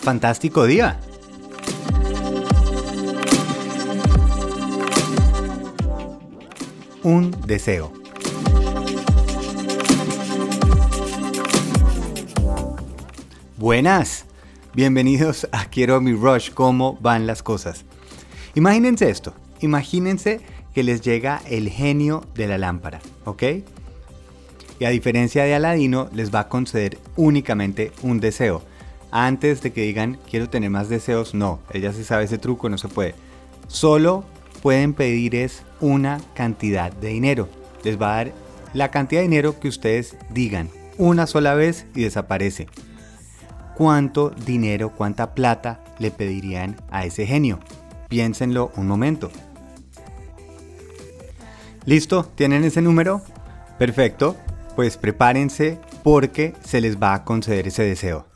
fantástico día. Un deseo. Buenas, bienvenidos a Quiero mi Rush, ¿cómo van las cosas? Imagínense esto, imagínense que les llega el genio de la lámpara, ¿ok? Y a diferencia de Aladino, les va a conceder únicamente un deseo. Antes de que digan, quiero tener más deseos, no, él ya se sabe ese truco, no se puede. Solo pueden pedir es una cantidad de dinero. Les va a dar la cantidad de dinero que ustedes digan, una sola vez y desaparece. ¿Cuánto dinero, cuánta plata le pedirían a ese genio? Piénsenlo un momento. ¿Listo? ¿Tienen ese número? Perfecto, pues prepárense porque se les va a conceder ese deseo.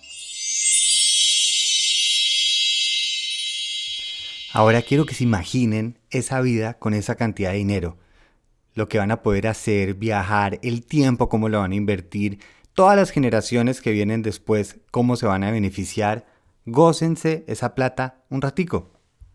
Ahora quiero que se imaginen esa vida con esa cantidad de dinero. Lo que van a poder hacer, viajar, el tiempo, cómo lo van a invertir, todas las generaciones que vienen después, cómo se van a beneficiar. Gócense esa plata un ratico.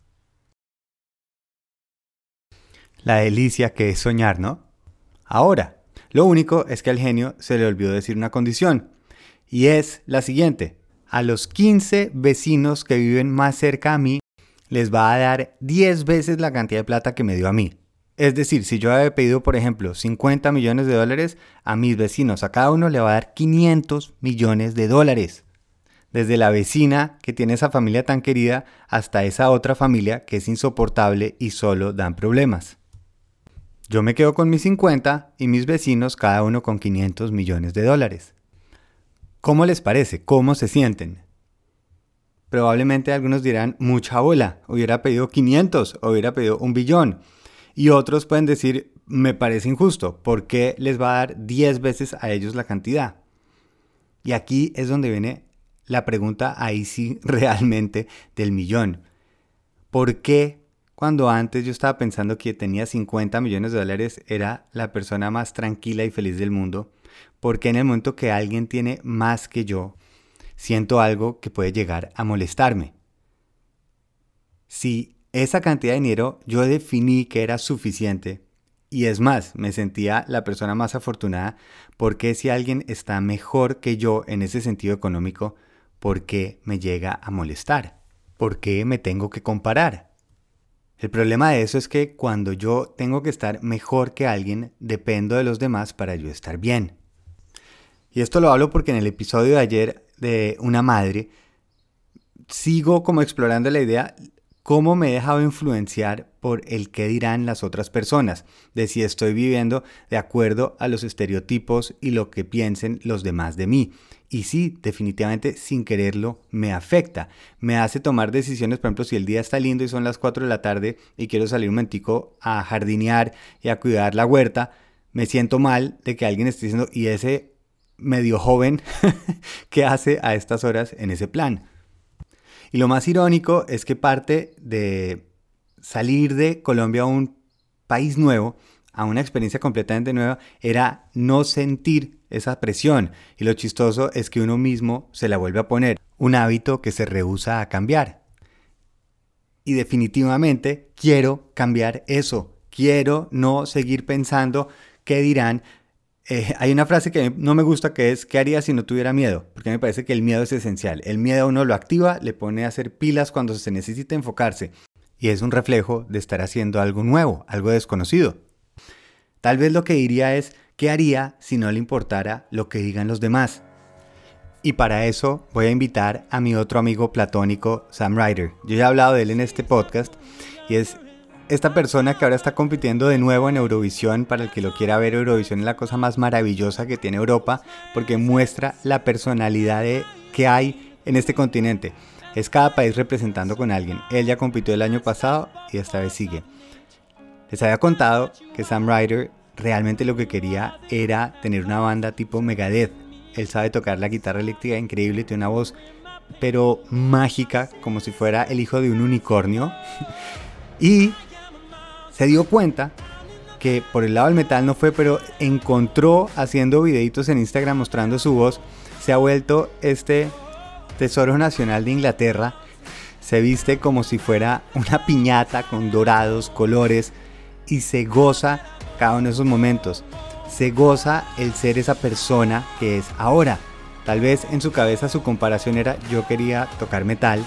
La delicia que es soñar, ¿no? Ahora, lo único es que al genio se le olvidó decir una condición. Y es la siguiente. A los 15 vecinos que viven más cerca a mí, les va a dar 10 veces la cantidad de plata que me dio a mí. Es decir, si yo había pedido, por ejemplo, $50 millones, a mis vecinos, a cada uno le va a dar $500 millones. Desde la vecina que tiene esa familia tan querida hasta esa otra familia que es insoportable y solo dan problemas. Yo me quedo con mis 50 y mis vecinos cada uno con $500 millones. ¿Cómo les parece? ¿Cómo se sienten? Probablemente algunos dirán, mucha bola, hubiera pedido 500, hubiera pedido 1 billón. Y otros pueden decir, me parece injusto, ¿por qué les va a dar 10 veces a ellos la cantidad? Y aquí es donde viene la pregunta, ahí sí, realmente, del millón. ¿Por qué cuando antes yo estaba pensando que tenía $50 millones era la persona más tranquila y feliz del mundo? ¿Por qué en el momento que alguien tiene más que yo, siento algo que puede llegar a molestarme? Si esa cantidad de dinero yo definí que era suficiente, y es más, me sentía la persona más afortunada, porque si alguien está mejor que yo en ese sentido económico, ¿por qué me llega a molestar? ¿Por qué me tengo que comparar? El problema de eso es que cuando yo tengo que estar mejor que alguien, dependo de los demás para yo estar bien. Y esto lo hablo porque en el episodio de ayer de una madre, sigo como explorando la idea cómo me he dejado influenciar por el qué dirán las otras personas, de si estoy viviendo de acuerdo a los estereotipos y lo que piensen los demás de mí. Y sí, definitivamente sin quererlo me afecta, me hace tomar decisiones, por ejemplo, si el día está lindo y son las 4 de la tarde y quiero salir un momentico a jardinear y a cuidar la huerta, me siento mal de que alguien esté diciendo, y ese medio joven, ¿qué hace a estas horas en ese plan? Y lo más irónico es que parte de salir de Colombia a un país nuevo, a una experiencia completamente nueva, era no sentir esa presión. Y lo chistoso es que uno mismo se la vuelve a poner, un hábito que se rehúsa a cambiar. Y definitivamente quiero cambiar eso. Quiero no seguir pensando qué dirán. Hay una frase que no me gusta que es, ¿qué haría si no tuviera miedo? Porque me parece que el miedo es esencial. El miedo uno lo activa, le pone a hacer pilas cuando se necesita enfocarse. Y es un reflejo de estar haciendo algo nuevo, algo desconocido. Tal vez lo que diría es, ¿qué haría si no le importara lo que digan los demás? Y para eso voy a invitar a mi otro amigo platónico, Sam Ryder. Yo ya he hablado de él en este podcast y es esta persona que ahora está compitiendo de nuevo en Eurovisión. Para el que lo quiera ver, Eurovisión es la cosa más maravillosa que tiene Europa porque muestra la personalidad que hay en este continente. Es cada país representando con alguien. Él ya compitió el año pasado y esta vez sigue. Les había contado que Sam Ryder realmente lo que quería era tener una banda tipo Megadeth. Él sabe tocar la guitarra eléctrica increíble, tiene una voz pero mágica, como si fuera el hijo de un unicornio. Y se dio cuenta que por el lado del metal no fue, pero encontró haciendo videitos en Instagram mostrando su voz, se ha vuelto este Tesoro Nacional de Inglaterra, se viste como si fuera una piñata con dorados, colores, y se goza cada uno de esos momentos. Se goza el ser esa persona que es ahora. Tal vez en su cabeza su comparación era: yo quería tocar metal,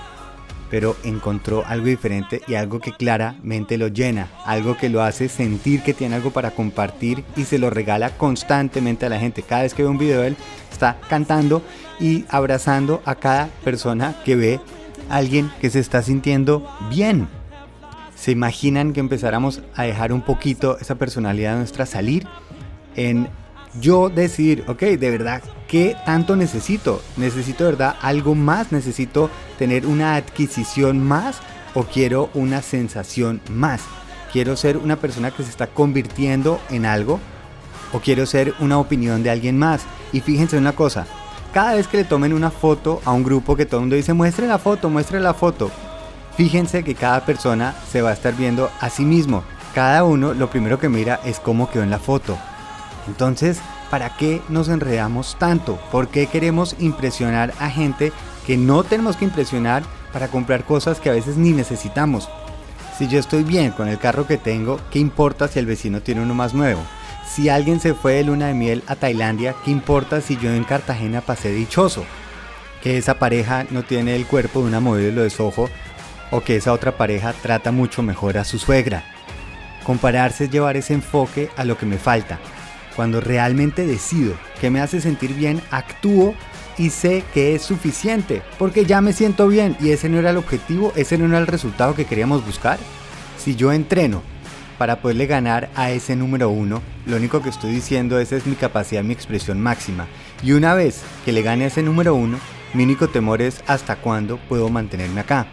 pero encontró algo diferente y algo que claramente lo llena, algo que lo hace sentir que tiene algo para compartir y se lo regala constantemente a la gente. Cada vez que ve un video de él, está cantando y abrazando a cada persona que ve a alguien que se está sintiendo bien. ¿Se imaginan que empezáramos a dejar un poquito esa personalidad nuestra salir? En yo decidir, ok, de verdad, ¿qué tanto necesito? ¿Necesito de verdad algo más? ¿Necesito tener una adquisición más? ¿O quiero una sensación más? ¿Quiero ser una persona que se está convirtiendo en algo? ¿O quiero ser una opinión de alguien más? Y fíjense una cosa, cada vez que le tomen una foto a un grupo que todo el mundo dice: muestre la foto, fíjense que cada persona se va a estar viendo a sí mismo. Cada uno lo primero que mira es cómo quedó en la foto. Entonces, ¿para qué nos enredamos tanto? ¿Por qué queremos impresionar a gente que no tenemos que impresionar para comprar cosas que a veces ni necesitamos? Si yo estoy bien con el carro que tengo, ¿qué importa si el vecino tiene uno más nuevo? Si alguien se fue de luna de miel a Tailandia, ¿qué importa si yo en Cartagena pasé dichoso? Que esa pareja no tiene el cuerpo de una modelo de Soho, o que esa otra pareja trata mucho mejor a su suegra. Compararse es llevar ese enfoque a lo que me falta. Cuando realmente decido que me hace sentir bien, actúo y sé que es suficiente, porque ya me siento bien y ese no era el objetivo, ese no era el resultado que queríamos buscar. Si yo entreno para poderle ganar a ese número 1, lo único que estoy diciendo es mi capacidad, mi expresión máxima. Y una vez que le gane a ese número 1, mi único temor es hasta cuándo puedo mantenerme acá.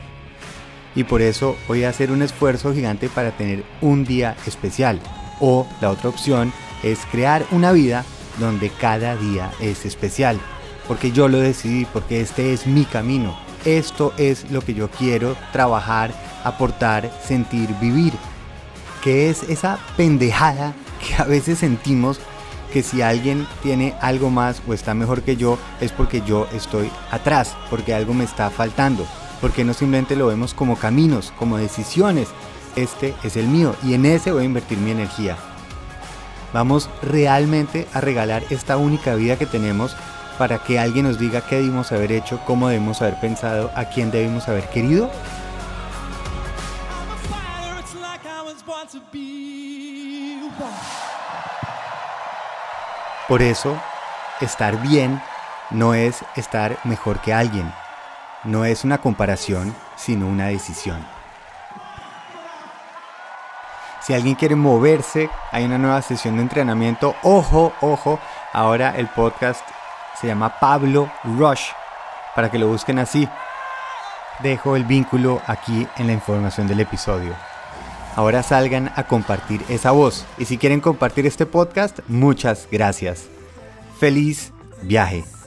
Y por eso voy a hacer un esfuerzo gigante para tener un día especial. O la otra opción es crear una vida donde cada día es especial. Porque yo lo decidí, porque este es mi camino. Esto es lo que yo quiero trabajar, aportar, sentir, vivir. Que es esa pendejada que a veces sentimos, que si alguien tiene algo más o está mejor que yo, es porque yo estoy atrás, porque algo me está faltando. Porque no simplemente lo vemos como caminos, como decisiones. Este es el mío y en ese voy a invertir mi energía. Vamos realmente a regalar esta única vida que tenemos para que alguien nos diga qué debimos haber hecho, cómo debimos haber pensado, a quién debimos haber querido. Por eso, estar bien no es estar mejor que alguien. No es una comparación, sino una decisión. Si alguien quiere moverse, hay una nueva sesión de entrenamiento. Ojo, ahora el podcast se llama Pablo Rush, para que lo busquen así. Dejo el vínculo aquí en la información del episodio. Ahora salgan a compartir esa voz. Y si quieren compartir este podcast, muchas gracias. ¡Feliz viaje!